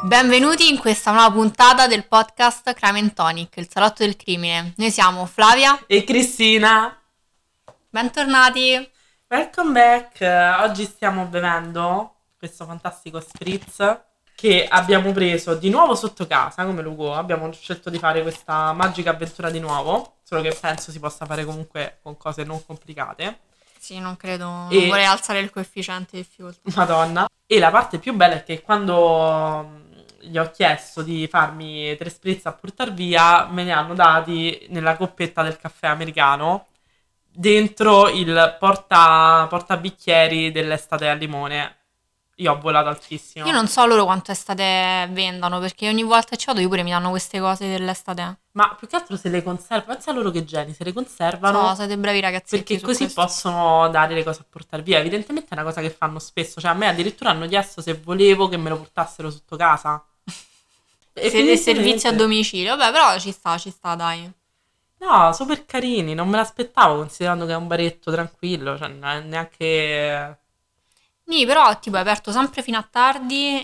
Benvenuti in questa nuova puntata del podcast Crime and Tonic, il salotto del crimine. Noi siamo Flavia e Cristina. Bentornati. Welcome back. Oggi stiamo bevendo questo fantastico spritz che abbiamo preso di nuovo sotto casa, come Lugo. Abbiamo scelto di fare questa magica avventura di nuovo, solo che penso si possa fare comunque con cose non complicate. Sì, non credo, non vorrei alzare il coefficiente di difficoltà. Madonna. E la parte più bella è che quando gli ho chiesto di farmi 3 spritz a portar via, me ne hanno dati nella coppetta del caffè americano, dentro il portabicchieri dell'estate al limone. Io ho volato altissimo. Io non so loro quanto estate vendano, perché ogni volta che ci vado io pure mi danno queste cose dell'estate. Ma più che altro se le conservano, pensa a loro che geni, se le conservano. No, siete bravi ragazzi. Perché così possono dare le cose a portare via. Evidentemente è una cosa che fanno spesso. Cioè a me addirittura hanno chiesto se volevo che me lo portassero sotto casa. Siete servizio a domicilio. Vabbè, però ci sta, dai. No, super carini, non me l'aspettavo considerando che è un baretto tranquillo, cioè non è neanche... Sì, però tipo è aperto sempre fino a tardi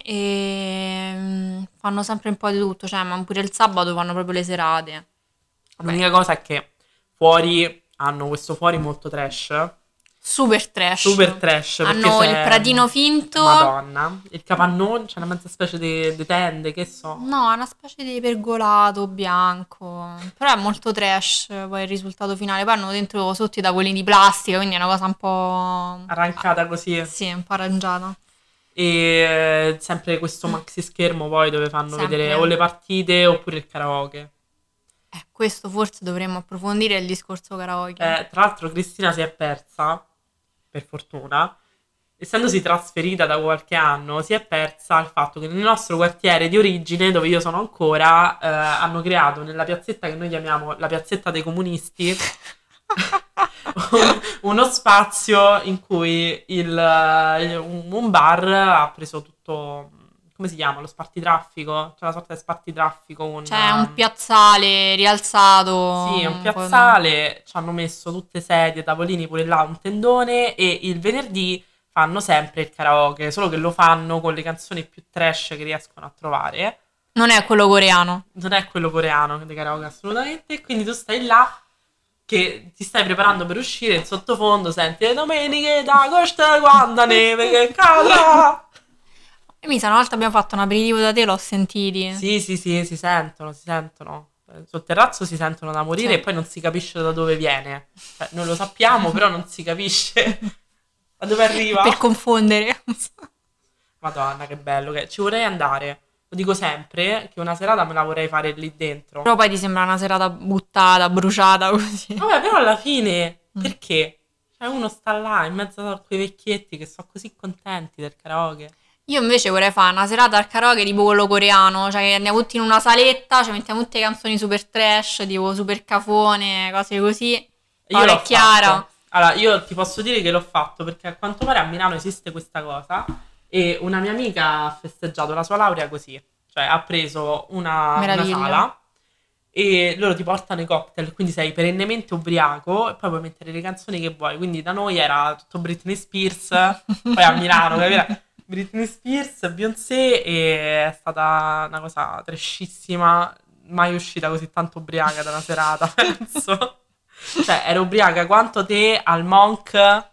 e fanno sempre un po' di tutto, cioè ma pure il sabato fanno proprio le serate. L'unica cosa è che fuori hanno questo fuori molto trash. Super trash. Super trash. Hanno il pratino finto. Madonna. Il capannone, c'è una mezza specie di tende, che so. No, è una specie di pergolato bianco. Però è molto trash poi il risultato finale. Poi hanno dentro sotto i tavolini di plastica, quindi è una cosa un po'... arrancata così. Sì, un po' arrangiata. E sempre questo maxi schermo poi dove fanno vedere o le partite oppure il karaoke. Questo forse dovremmo approfondire il discorso karaoke. Tra l'altro Cristina si è persa, per fortuna, essendosi trasferita da qualche anno, si è persa il fatto che nel nostro quartiere di origine, dove io sono ancora, hanno creato nella piazzetta che noi chiamiamo la piazzetta dei comunisti uno spazio in cui un bar ha preso tutto, come si chiama? Lo spartitraffico? C'è una sorta di spartitraffico. C'è un piazzale rialzato. Sì, un piazzale, ci hanno messo tutte sedie, tavolini, pure là un tendone, e il venerdì fanno sempre il karaoke, solo che lo fanno con le canzoni più trash che riescono a trovare. Non è quello coreano. Non è quello coreano di karaoke assolutamente, quindi tu stai là che ti stai preparando per uscire, in sottofondo senti le domeniche d'agosto quando neve che cadrà. E mi sa, una volta abbiamo fatto un aperitivo da te, l'ho sentiti. Sì, si sentono. Sul terrazzo si sentono da morire, sì. E poi non si capisce da dove viene. Cioè, noi lo sappiamo, però non si capisce da dove arriva. Per confondere. Madonna, che bello, che ci vorrei andare. Lo dico sempre, che una serata me la vorrei fare lì dentro. Però poi ti sembra una serata buttata, bruciata così. Vabbè, però alla fine, perché? Cioè uno sta là in mezzo a quei vecchietti che sono così contenti del karaoke. Io invece vorrei fare una serata al karaoke tipo quello coreano, cioè che andiamo tutti in una saletta, ci mettiamo tutte canzoni super trash, tipo super cafone, cose così. Paola e Chiara. Allora, io ti posso dire che l'ho fatto perché a quanto pare a Milano esiste questa cosa e una mia amica ha festeggiato la sua laurea così, cioè ha preso una sala e loro ti portano i cocktail, quindi sei perennemente ubriaco e poi puoi mettere le canzoni che vuoi, quindi da noi era tutto Britney Spears, poi a Milano, capire? Britney Spears, Beyoncé, e è stata una cosa trashissima, mai uscita così tanto ubriaca da una serata, penso. Cioè, ero ubriaca quanto te al Monk,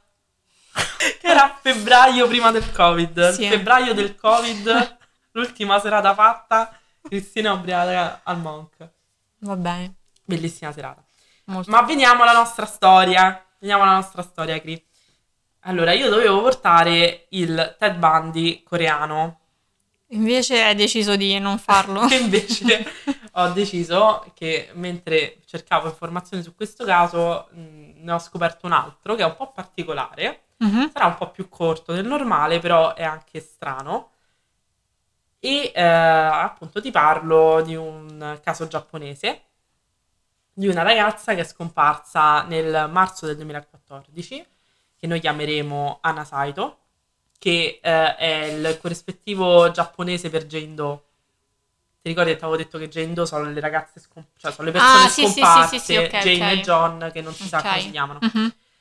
che era a febbraio prima del Covid. Sì. Febbraio del Covid, l'ultima serata fatta, Cristina ubriaca al Monk. Va bene. Bellissima serata. Molto. Ma veniamo alla nostra storia. Cri. Allora, io dovevo portare il Ted Bundy coreano. Invece hai deciso di non farlo. Invece ho deciso che mentre cercavo informazioni su questo caso ne ho scoperto un altro che è un po' particolare. Sarà un po' più corto del normale, però è anche strano. E appunto ti parlo di un caso giapponese di una ragazza che è scomparsa nel marzo del 2014, che noi chiameremo Hana Saito, che è il corrispettivo giapponese per Jane Doe. Ti ricordi che ti avevo detto che Jane Doe sono le ragazze cioè sono le persone scomparse, sì, okay, Jane e John, che non si sa come si chiamano.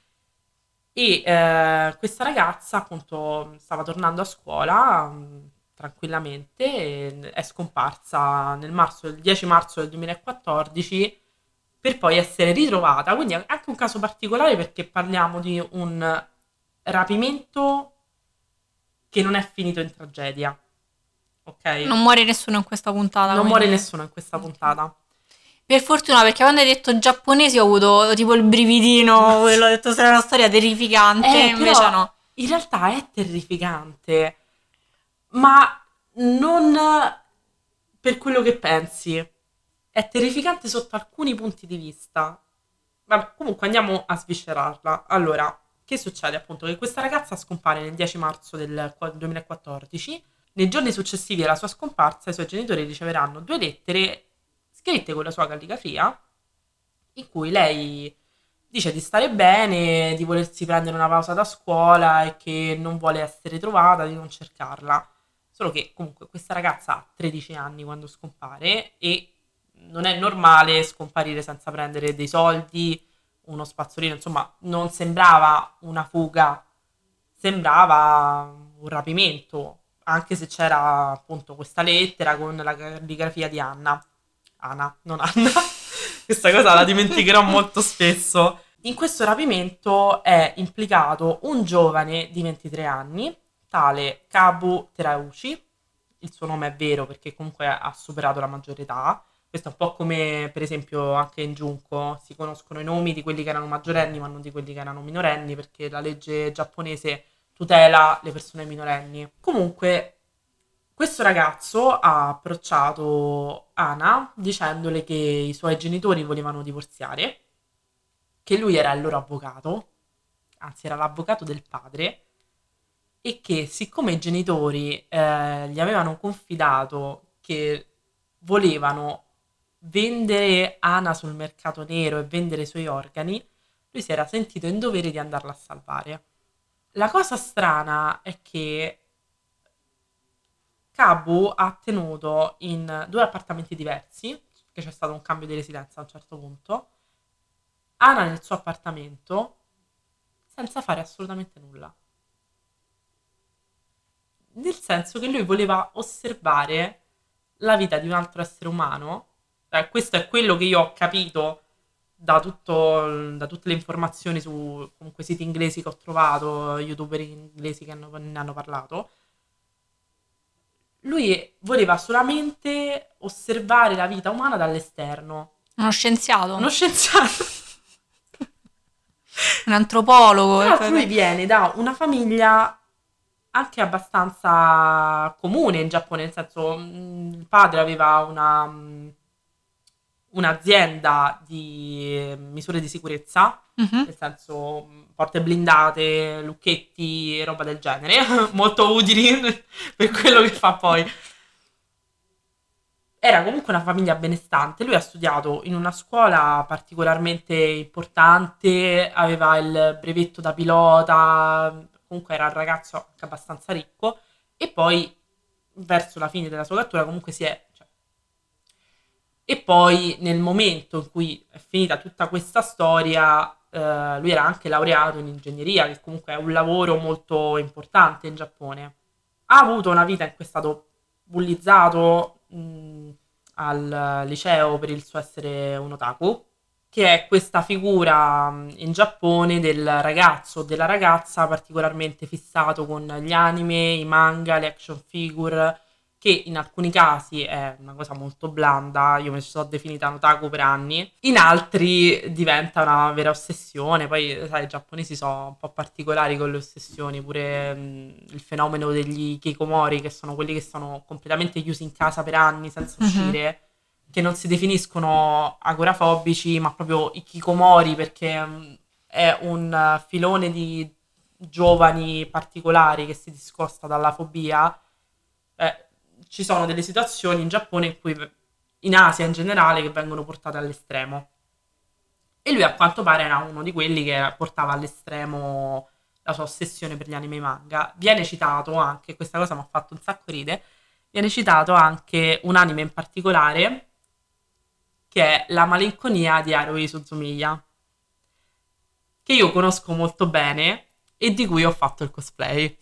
E questa ragazza appunto stava tornando a scuola, tranquillamente, è scomparsa il 10 marzo del 2014 per poi essere ritrovata. Quindi è anche un caso particolare perché parliamo di un rapimento che non è finito in tragedia, ok? Non muore nessuno in questa puntata. Non quindi... muore nessuno in questa puntata. Per fortuna, perché quando hai detto giapponesi ho avuto tipo il brividino, quello ho detto sarà una storia terrificante, invece Però no. in realtà è terrificante, ma non per quello che pensi. È terrificante sotto alcuni punti di vista. Vabbè, comunque andiamo a sviscerarla. Allora, che succede appunto? Che questa ragazza scompare nel 10 marzo del 2014. Nei giorni successivi alla sua scomparsa, i suoi genitori riceveranno 2 lettere scritte con la sua calligrafia, in cui lei dice di stare bene, di volersi prendere una pausa da scuola e che non vuole essere trovata, di non cercarla. Solo che comunque questa ragazza ha 13 anni quando scompare e non è normale scomparire senza prendere dei soldi, uno spazzolino, insomma, non sembrava una fuga, sembrava un rapimento, anche se c'era appunto questa lettera con la calligrafia di Anna. Ana, non Anna. Questa cosa la dimenticherò molto spesso. In questo rapimento è implicato un giovane di 23 anni, tale Kabu Terauchi. Il suo nome è vero perché comunque ha superato la maggiore età. Questo è un po' come per esempio anche in Junko si conoscono i nomi di quelli che erano maggiorenni ma non di quelli che erano minorenni perché la legge giapponese tutela le persone minorenni. Comunque questo ragazzo ha approcciato Ana dicendole che i suoi genitori volevano divorziare, che lui era il loro avvocato, anzi era l'avvocato del padre, e che siccome i genitori gli avevano confidato che volevano vendere Ana sul mercato nero e vendere i suoi organi, lui si era sentito in dovere di andarla a salvare. La cosa strana è che Cabu ha tenuto in 2 appartamenti diversi, che c'è stato un cambio di residenza a un certo punto, Ana nel suo appartamento, senza fare assolutamente nulla. Nel senso che lui voleva osservare la vita di un altro essere umano. Questo è quello che io ho capito da tutte le informazioni su comunque siti inglesi che ho trovato, youtuber inglesi che ne hanno parlato. Lui voleva solamente osservare la vita umana dall'esterno. Uno scienziato, Uno scienziato. un antropologo. Tra l'altro lui viene da una famiglia anche abbastanza comune in Giappone, nel senso il padre aveva un'azienda di misure di sicurezza, Mhm. nel senso porte blindate, lucchetti, roba del genere, molto utili per quello che fa poi. Era comunque una famiglia benestante. Lui ha studiato in una scuola particolarmente importante, aveva il brevetto da pilota, comunque era un ragazzo anche abbastanza ricco e poi verso la fine della sua cattura comunque si è... cioè, e poi nel momento in cui è finita tutta questa storia, lui era anche laureato in ingegneria, che comunque è un lavoro molto importante in Giappone. Ha avuto una vita in cui è stato bullizzato al liceo per il suo essere un otaku, che è questa figura in Giappone del ragazzo o della ragazza particolarmente fissato con gli anime, i manga, le action figure, che in alcuni casi è una cosa molto blanda, io mi sono definita un otaku per anni, in altri diventa una vera ossessione, poi sai i giapponesi sono un po' particolari con le ossessioni, pure il fenomeno degli hikikomori, che sono quelli che sono completamente chiusi in casa per anni senza uscire, che non si definiscono agorafobici, ma proprio hikikomori perché è un filone di giovani particolari che si discosta dalla fobia. Ci sono delle situazioni in Giappone in cui in Asia in generale che vengono portate all'estremo e lui a quanto pare era uno di quelli che portava all'estremo la sua ossessione per gli anime e i manga. Viene citato anche, questa cosa mi ha fatto un sacco ridere, viene citato anche un anime in particolare che è La malinconia di Haruhi Suzumiya, che io conosco molto bene e di cui ho fatto il cosplay.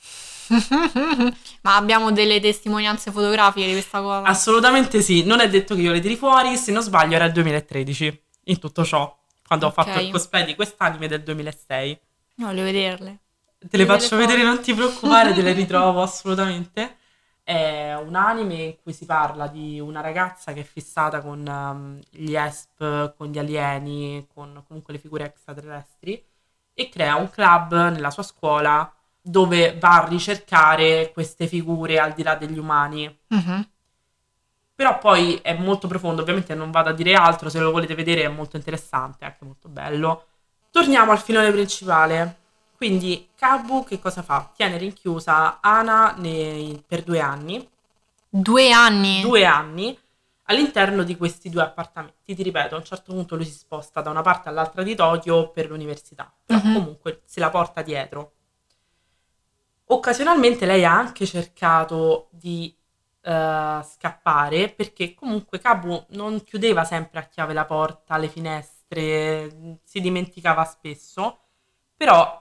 Ma abbiamo delle testimonianze fotografiche di questa cosa? Assolutamente sì, non è detto che io le tiri fuori, se non sbaglio era il 2013 in tutto ciò, quando ho fatto il cosplay di quest'anime del 2006. Voglio vederle. Te le faccio vedere, non ti preoccupare, te le ritrovo assolutamente. È un anime in cui si parla di una ragazza che è fissata con gli Esp, con gli alieni, con comunque le figure extraterrestri e crea un club nella sua scuola dove va a ricercare queste figure al di là degli umani. Però poi è molto profondo, ovviamente non vado a dire altro, se lo volete vedere è molto interessante, è anche molto bello. Torniamo al filone principale. Quindi Kabu che cosa fa? Tiene rinchiusa Ana per 2 anni. 2 anni? 2 anni all'interno di questi 2 appartamenti. Ti ripeto, a un certo punto lui si sposta da una parte all'altra di Tokyo per l'università, però comunque se la porta dietro. Occasionalmente lei ha anche cercato di scappare perché comunque Kabu non chiudeva sempre a chiave la porta, le finestre, si dimenticava spesso, però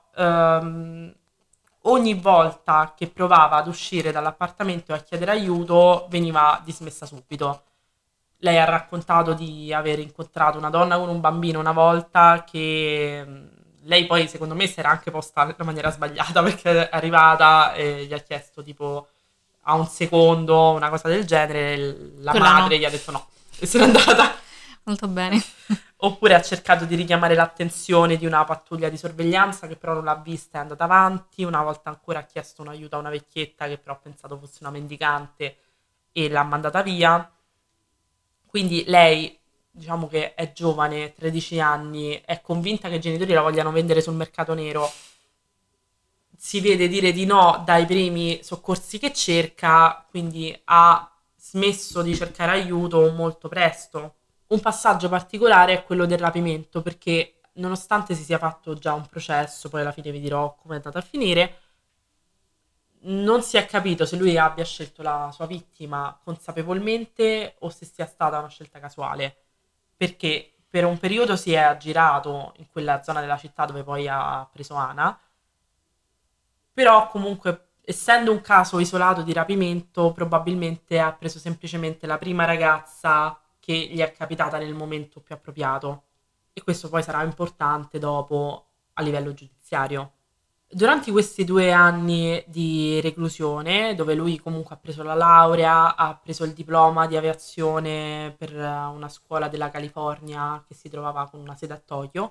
ogni volta che provava ad uscire dall'appartamento e a chiedere aiuto veniva dismessa subito. Lei ha raccontato di aver incontrato una donna con un bambino una volta che lei poi secondo me si era anche posta in maniera sbagliata perché è arrivata e gli ha chiesto tipo a un secondo una cosa del genere, la Quella madre no. gli ha detto no e se n'è andata. Molto bene. Oppure ha cercato di richiamare l'attenzione di una pattuglia di sorveglianza che però non l'ha vista e è andata avanti. Una volta ancora ha chiesto un aiuto a una vecchietta che però ha pensato fosse una mendicante e l'ha mandata via. Quindi lei, diciamo che è giovane, 13 anni, è convinta che i genitori la vogliano vendere sul mercato nero. Si vede dire di no dai primi soccorsi che cerca, quindi ha smesso di cercare aiuto molto presto. Un passaggio particolare è quello del rapimento, perché nonostante si sia fatto già un processo, poi alla fine vi dirò come è andato a finire, non si è capito se lui abbia scelto la sua vittima consapevolmente o se sia stata una scelta casuale, perché per un periodo si è aggirato in quella zona della città dove poi ha preso Ana, però comunque essendo un caso isolato di rapimento, probabilmente ha preso semplicemente la prima ragazza che gli è capitata nel momento più appropriato e questo poi sarà importante dopo a livello giudiziario. Durante questi 2 anni di reclusione, dove lui comunque ha preso la laurea, ha preso il diploma di aviazione per una scuola della California che si trovava con una sede a Tokyo,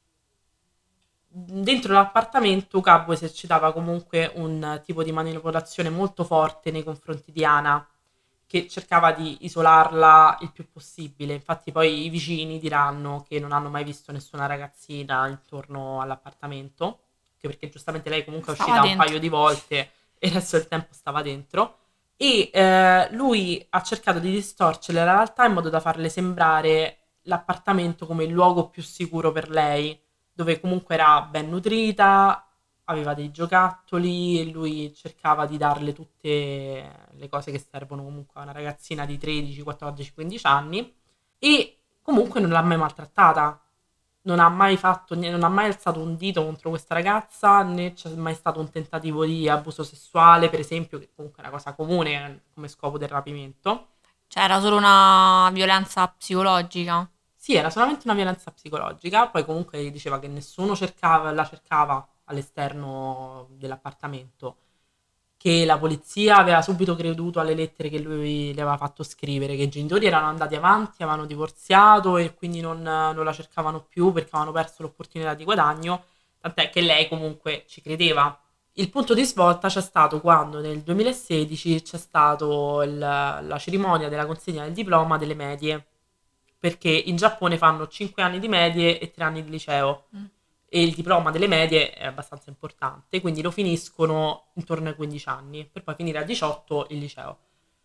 dentro l'appartamento Cabo esercitava comunque un tipo di manipolazione molto forte nei confronti di Ana, che cercava di isolarla il più possibile. Infatti poi i vicini diranno che non hanno mai visto nessuna ragazzina intorno all'appartamento, anche perché giustamente lei comunque è uscita un paio di volte e il resto del tempo stava dentro. E lui ha cercato di distorcere la realtà in modo da farle sembrare l'appartamento come il luogo più sicuro per lei, dove comunque era ben nutrita, aveva dei giocattoli e lui cercava di darle tutte le cose che servono comunque a una ragazzina di 13, 14, 15 anni e comunque non l'ha mai maltrattata. Non ha mai fatto, non ha mai alzato un dito contro questa ragazza, né c'è mai stato un tentativo di abuso sessuale, per esempio, che comunque è una cosa comune come scopo del rapimento. Cioè, era solo una violenza psicologica. Sì, era solamente una violenza psicologica, poi comunque diceva che nessuno la cercava all'esterno dell'appartamento, che la polizia aveva subito creduto alle lettere che lui le aveva fatto scrivere, che i genitori erano andati avanti, avevano divorziato e quindi non la cercavano più perché avevano perso l'opportunità di guadagno, tant'è che lei comunque ci credeva. Il punto di svolta c'è stato quando nel 2016 c'è stato la cerimonia della consegna del diploma delle medie, perché in Giappone fanno 5 anni di medie e 3 anni di liceo e il diploma delle medie è abbastanza importante, quindi lo finiscono intorno ai 15 anni, per poi finire a 18 il liceo.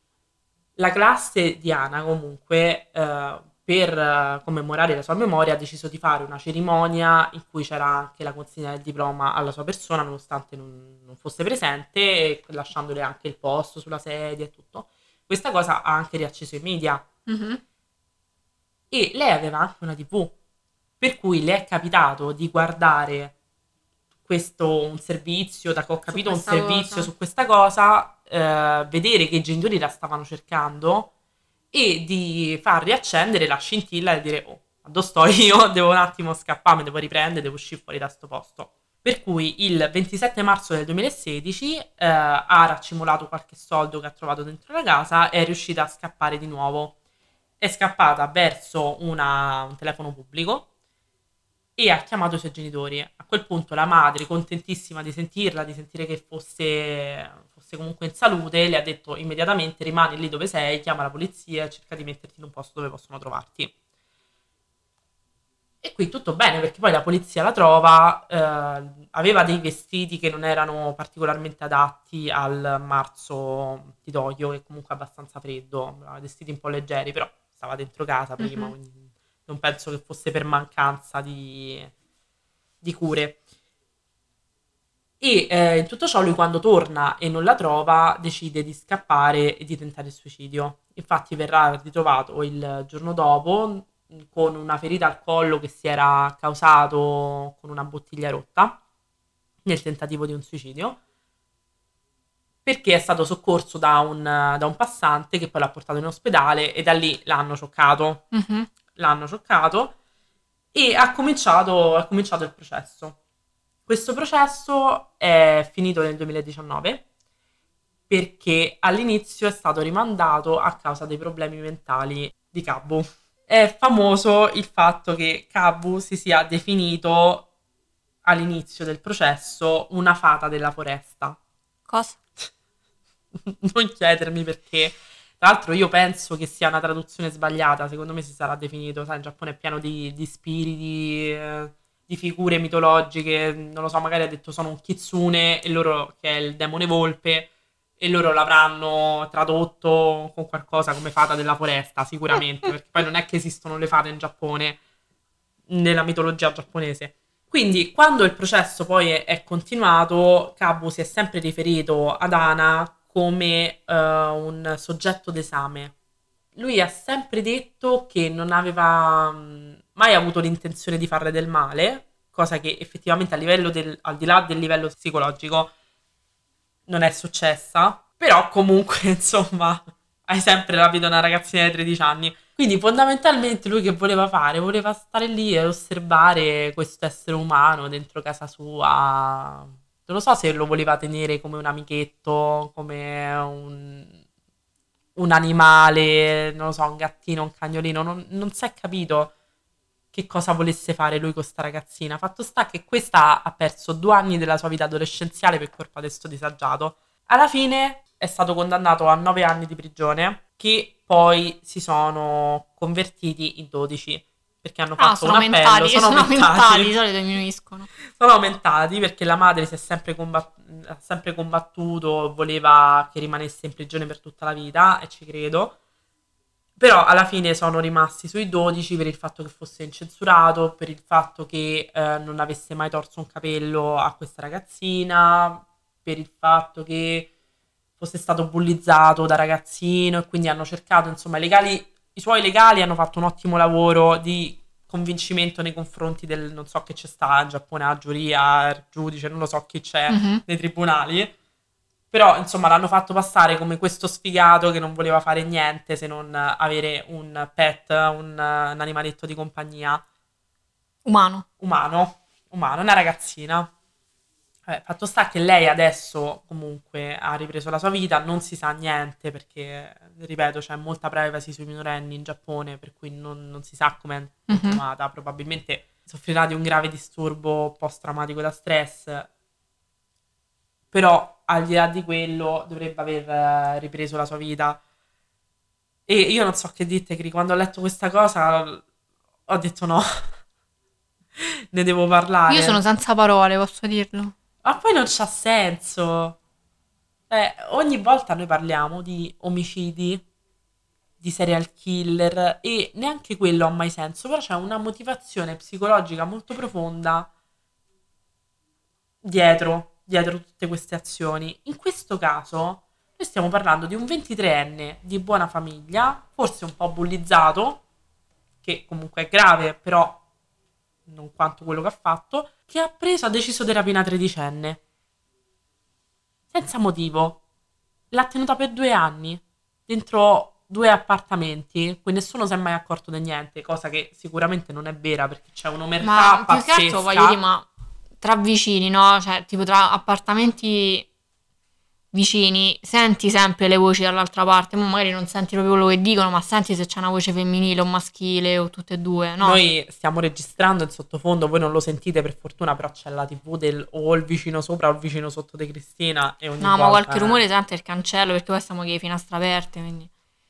La classe di Ana comunque, per commemorare la sua memoria, ha deciso di fare una cerimonia in cui c'era anche la consegna del diploma alla sua persona, nonostante non fosse presente, lasciandole anche il posto sulla sedia e tutto. Questa cosa ha anche riacceso i media. E lei aveva anche una TV, per cui le è capitato di guardare un servizio, da che ho capito, un servizio su questa cosa, vedere che i genitori la stavano cercando e di far riaccendere la scintilla e dire: oh, dove sto io? Devo un attimo scappare, mi devo riprendere, devo uscire fuori da sto posto. Per cui il 27 marzo del 2016 ha raccimolato qualche soldo che ha trovato dentro la casa e è riuscita a scappare di nuovo. È scappata verso un telefono pubblico e ha chiamato i suoi genitori. A quel punto la madre, contentissima di sentirla, di sentire che fosse comunque in salute, le ha detto immediatamente: rimani lì dove sei, chiama la polizia e cerca di metterti in un posto dove possono trovarti. E qui tutto bene, perché poi la polizia la trova, aveva dei vestiti che non erano particolarmente adatti al marzo di Tokyo, che comunque è abbastanza freddo, aveva vestiti un po' leggeri, però stava dentro casa prima, quindi non penso che fosse per mancanza di cure. E in tutto ciò lui, quando torna e non la trova, decide di scappare e di tentare il suicidio. Infatti verrà ritrovato il giorno dopo con una ferita al collo che si era causato con una bottiglia rotta nel tentativo di un suicidio, perché è stato soccorso da un passante che poi l'ha portato in ospedale e da lì l'hanno cioccato. L'hanno cioccato e è cominciato il processo. Questo processo è finito nel 2019 perché all'inizio è stato rimandato a causa dei problemi mentali di Kabu. È famoso il fatto che Kabu si sia definito all'inizio del processo una fata della foresta. Cosa? Non chiedermi perché. Tra l'altro io penso che sia una traduzione sbagliata, secondo me si sarà definito, sai, il Giappone è pieno di spiriti, di figure mitologiche, non lo so, magari ha detto sono un kitsune, e loro, che è il demone volpe, e loro l'avranno tradotto con qualcosa come fata della foresta, sicuramente, perché poi non è che esistono le fate in Giappone, nella mitologia giapponese. Quindi, quando il processo poi è continuato, Kabu si è sempre riferito ad Ana come un soggetto d'esame. Lui ha sempre detto che non aveva mai avuto l'intenzione di farle del male, cosa che effettivamente al di là del livello psicologico non è successa, però comunque insomma hai sempre rapito una ragazzina di 13 anni. Quindi fondamentalmente lui che voleva fare? Voleva stare lì e osservare questo essere umano dentro casa sua. Non lo so se lo voleva tenere come un amichetto, come un animale, non lo so, un gattino, un cagnolino. Non si è capito che cosa volesse fare lui con sta ragazzina. Fatto sta che questa ha perso 2 anni della sua vita adolescenziale per colpa di sto disagiato. Alla fine è stato condannato a 9 anni di prigione, che poi si sono convertiti in 12, perché hanno fatto un appello, sono aumentati, di solito diminuiscono. Sono aumentati perché la madre si è sempre ha sempre combattuto, voleva che rimanesse in prigione per tutta la vita, e ci credo. Però alla fine sono rimasti sui 12 per il fatto che fosse incensurato, per il fatto che non avesse mai torso un capello a questa ragazzina, per il fatto che fosse stato bullizzato da ragazzino, e quindi hanno cercato, insomma, i suoi legali hanno fatto un ottimo lavoro di convincimento nei confronti del, non so che c'è sta in Giappone, la giuria, il giudice, non lo so chi c'è nei tribunali. Però, insomma, l'hanno fatto passare come questo sfigato che non voleva fare niente se non avere un pet, un animaletto di compagnia. Umano, Una ragazzina. Fatto sta che lei adesso comunque ha ripreso la sua vita, non si sa niente perché, ripeto, c'è molta privacy sui minorenni in Giappone, per cui non si sa come è continuata. Probabilmente soffrirà di un grave disturbo post-traumatico da stress, però al di là di quello dovrebbe aver ripreso la sua vita. E io non so che dirti, Cri, quando ho letto questa cosa ho detto no, ne devo parlare. Io sono senza parole, posso dirlo. Ma poi non c'ha senso. Ogni volta noi parliamo di omicidi, di serial killer, e neanche quello ha mai senso, però c'è una motivazione psicologica molto profonda dietro tutte queste azioni. In questo caso noi stiamo parlando di un 23enne di buona famiglia, forse un po' bullizzato, che comunque è grave, però non quanto quello che ha fatto, che ha deciso di rapire una tredicenne. Senza motivo. L'ha tenuta per 2 anni, dentro 2 appartamenti, cui nessuno si è mai accorto di niente, cosa che sicuramente non è vera, perché c'è un'omertà Ma più che pazzesca. altro voglio dire, ma tra vicini, no? Cioè, tipo tra appartamenti vicini, senti sempre le voci dall'altra parte, magari non senti proprio quello che dicono, ma senti se c'è una voce femminile o maschile o tutte e due, no? Noi stiamo registrando in sottofondo, voi non lo sentite per fortuna, però c'è la TV o il vicino sopra o il vicino sotto di Cristina e ogni No, volta... ma qualche rumore sente il cancello perché poi stiamo con le finestre aperte, quindi...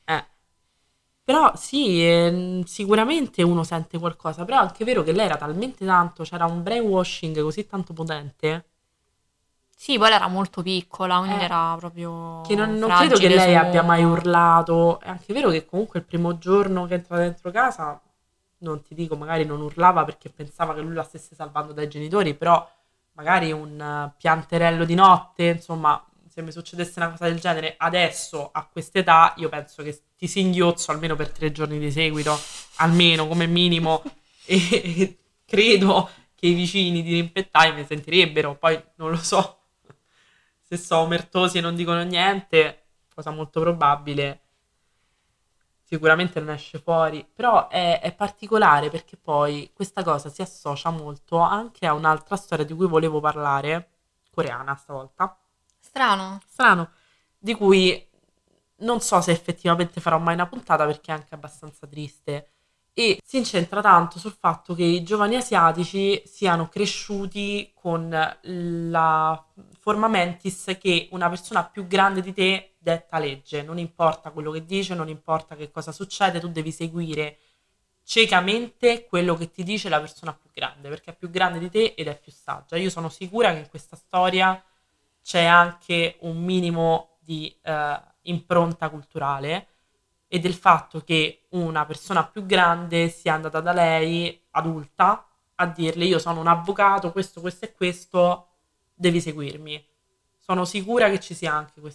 Però sì, sicuramente uno sente qualcosa, però è anche vero che lei era talmente tanto, c'era un brainwashing così tanto potente Sì, poi era molto piccola, quindi eh, era proprio che non credo che fragile lei su... abbia mai urlato. È anche vero che comunque il primo giorno che è entrata dentro casa, non ti dico, magari non urlava perché pensava che lui la stesse salvando dai genitori, però magari un pianterello di notte, insomma, se mi succedesse una cosa del genere adesso, a quest'età, io penso che ti singhiozzo almeno per 3 giorni di seguito, almeno come minimo, e credo che i vicini di rimpettai mi sentirebbero, poi non lo so, se sono omertosi e non dicono niente, cosa molto probabile, sicuramente non esce fuori, però è particolare perché poi questa cosa si associa molto anche a un'altra storia di cui volevo parlare, coreana stavolta, Strano. strano, di cui non so se effettivamente farò mai una puntata perché è anche abbastanza triste e si incentra tanto sul fatto che i giovani asiatici siano cresciuti con la forma mentis che una persona più grande di te detta legge, non importa quello che dice, non importa che cosa succede, tu devi seguire ciecamente quello che ti dice la persona più grande, perché è più grande di te ed è più saggia. Io sono sicura che in questa storia c'è anche un minimo di impronta culturale e del fatto che una persona più grande sia andata da lei, adulta, a dirle io sono un avvocato, questo e questo, devi seguirmi. Sono sicura che ci sia anche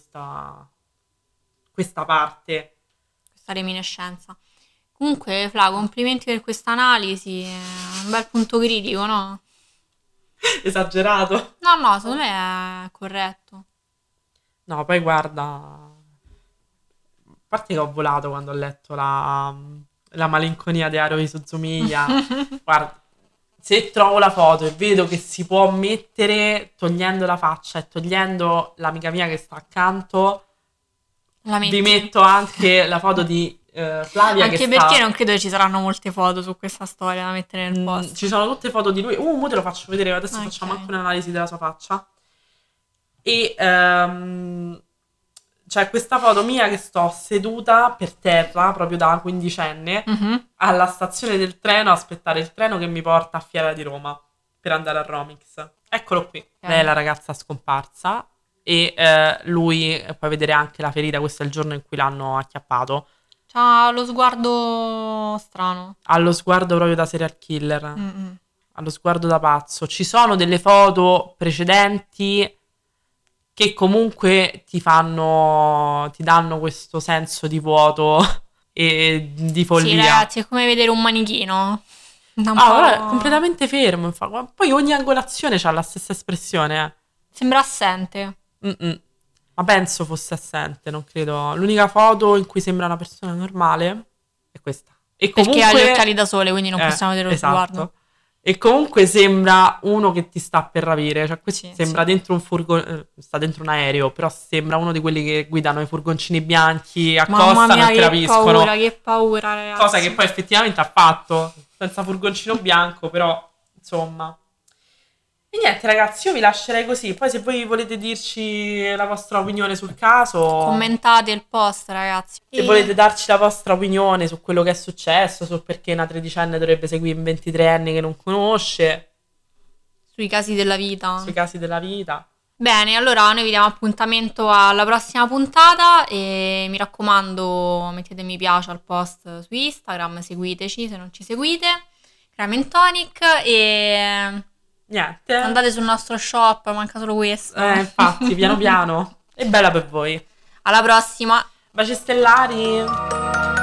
questa parte. Questa reminiscenza. Comunque, Fla, complimenti per questa analisi, è un bel punto critico, no? Esagerato. No, no, secondo me è corretto. No, poi guarda, a parte che ho volato quando ho letto la malinconia di Haruhi Suzumiya. Guarda, se trovo la foto e vedo che si può mettere togliendo la faccia e togliendo l'amica mia che sta accanto, La vi metti. metto anche la foto di Flavia che Anche perché sta... non credo ci saranno molte foto su questa storia da mettere nel post. Ci sono tutte foto di lui. Mo te lo faccio vedere, adesso facciamo Ok. anche un'analisi della sua faccia. E c'è questa foto mia che sto seduta per terra, proprio da quindicenne, Mhm. alla stazione del treno a aspettare il treno che mi porta a Fiera di Roma per andare a Romix. Eccolo qui. Lei è la ragazza scomparsa e lui, puoi vedere anche la ferita, questo è il giorno in cui l'hanno acchiappato. C'ha lo sguardo strano. Ha lo sguardo proprio da serial killer, Mm-mm. ha lo sguardo da pazzo. Ci sono delle foto precedenti che comunque ti danno questo senso di vuoto e di Sì, follia. ragazzi, è come vedere un manichino. Da un Guarda, è po'... completamente fermo, infatti. Poi ogni angolazione ha la stessa espressione. Sembra assente. Mm-mm. Ma penso fosse assente, non credo. L'unica foto in cui sembra una persona normale è questa. E Perché ha gli comunque... occhiali da sole, quindi non possiamo vedere lo sguardo. Esatto. E comunque sembra uno che ti sta per rapire. Cioè, questo Sì, sembra sì. dentro un furgone. Sta dentro un aereo. Però sembra uno di quelli che guidano i furgoncini bianchi, Mamma accostano mia, e ti rapiscono. che paura, ragazzi. Cosa che poi effettivamente ha fatto. Senza furgoncino bianco, però insomma. E niente, ragazzi, io vi lascerei così. Poi, se voi volete dirci la vostra opinione sul caso, Commentate il post, ragazzi. se volete darci la vostra opinione su quello che è successo, su perché una tredicenne dovrebbe seguire un 23enne che non conosce, Sui casi della vita. sui casi della vita. Bene, allora noi vi diamo appuntamento alla prossima puntata e mi raccomando mettete mi piace al post su Instagram, seguiteci se non ci seguite, Crime and Tonic e Niente. andate sul nostro shop, manca solo questo. Infatti, piano piano. E bella per voi. Alla prossima! Baci stellari.